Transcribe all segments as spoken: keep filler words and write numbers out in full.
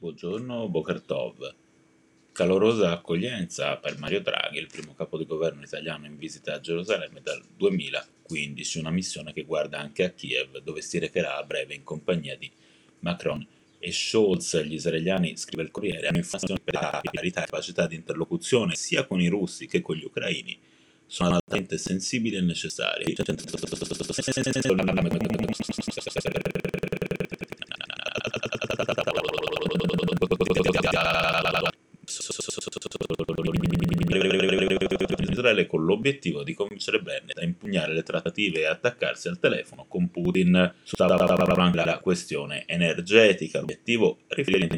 Buongiorno, Boker Tov. Calorosa accoglienza per Mario Draghi, il primo capo di governo italiano in visita a Gerusalemme dal duemilaquindici, una missione che guarda anche a Kiev, dove si recherà a breve in compagnia di Macron e Scholz. Gli israeliani, scrive il Corriere, hanno informazioni per la parità e capacità di interlocuzione sia con i russi che con gli ucraini sono altamente sensibili e necessari. Israele con l'obiettivo di convincere Bennett a impugnare le trattative e attaccarsi al telefono con Putin sulla questione energetica. L'obiettivo riferito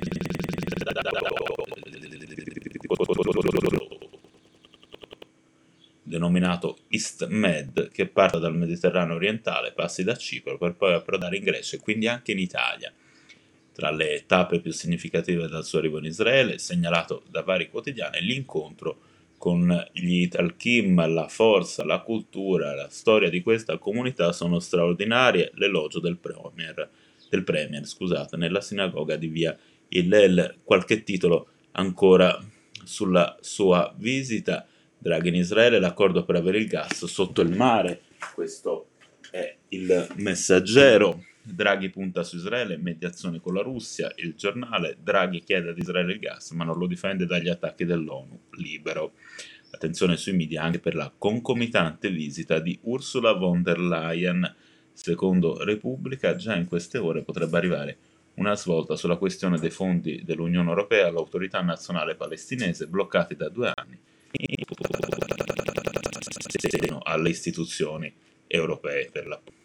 denominato EastMed, che parte dal Mediterraneo orientale, passi da Cipro per poi approdare in Grecia e quindi anche in Italia. Tra le tappe più significative del suo arrivo in Israele, segnalato da vari quotidiani, l'incontro con gli Italkim. La forza, la cultura, la storia di questa comunità sono straordinarie. L'elogio del premier, del premier scusate, nella sinagoga di via Hillel. Qualche titolo ancora sulla sua visita. Draghi in Israele, l'accordo per avere il gas sotto il mare. Questo è il Messaggero. Draghi punta su Israele, mediazione con la Russia. Il Giornale, Draghi chiede ad Israele il gas ma non lo difende dagli attacchi dell'ONU. Libero. Attenzione sui media anche per la concomitante visita di Ursula von der Leyen. Secondo Repubblica, già in queste ore potrebbe arrivare una svolta sulla questione dei fondi dell'Unione Europea all'Autorità Nazionale Palestinese, bloccati da due anni alle istituzioni europee per l'appunto.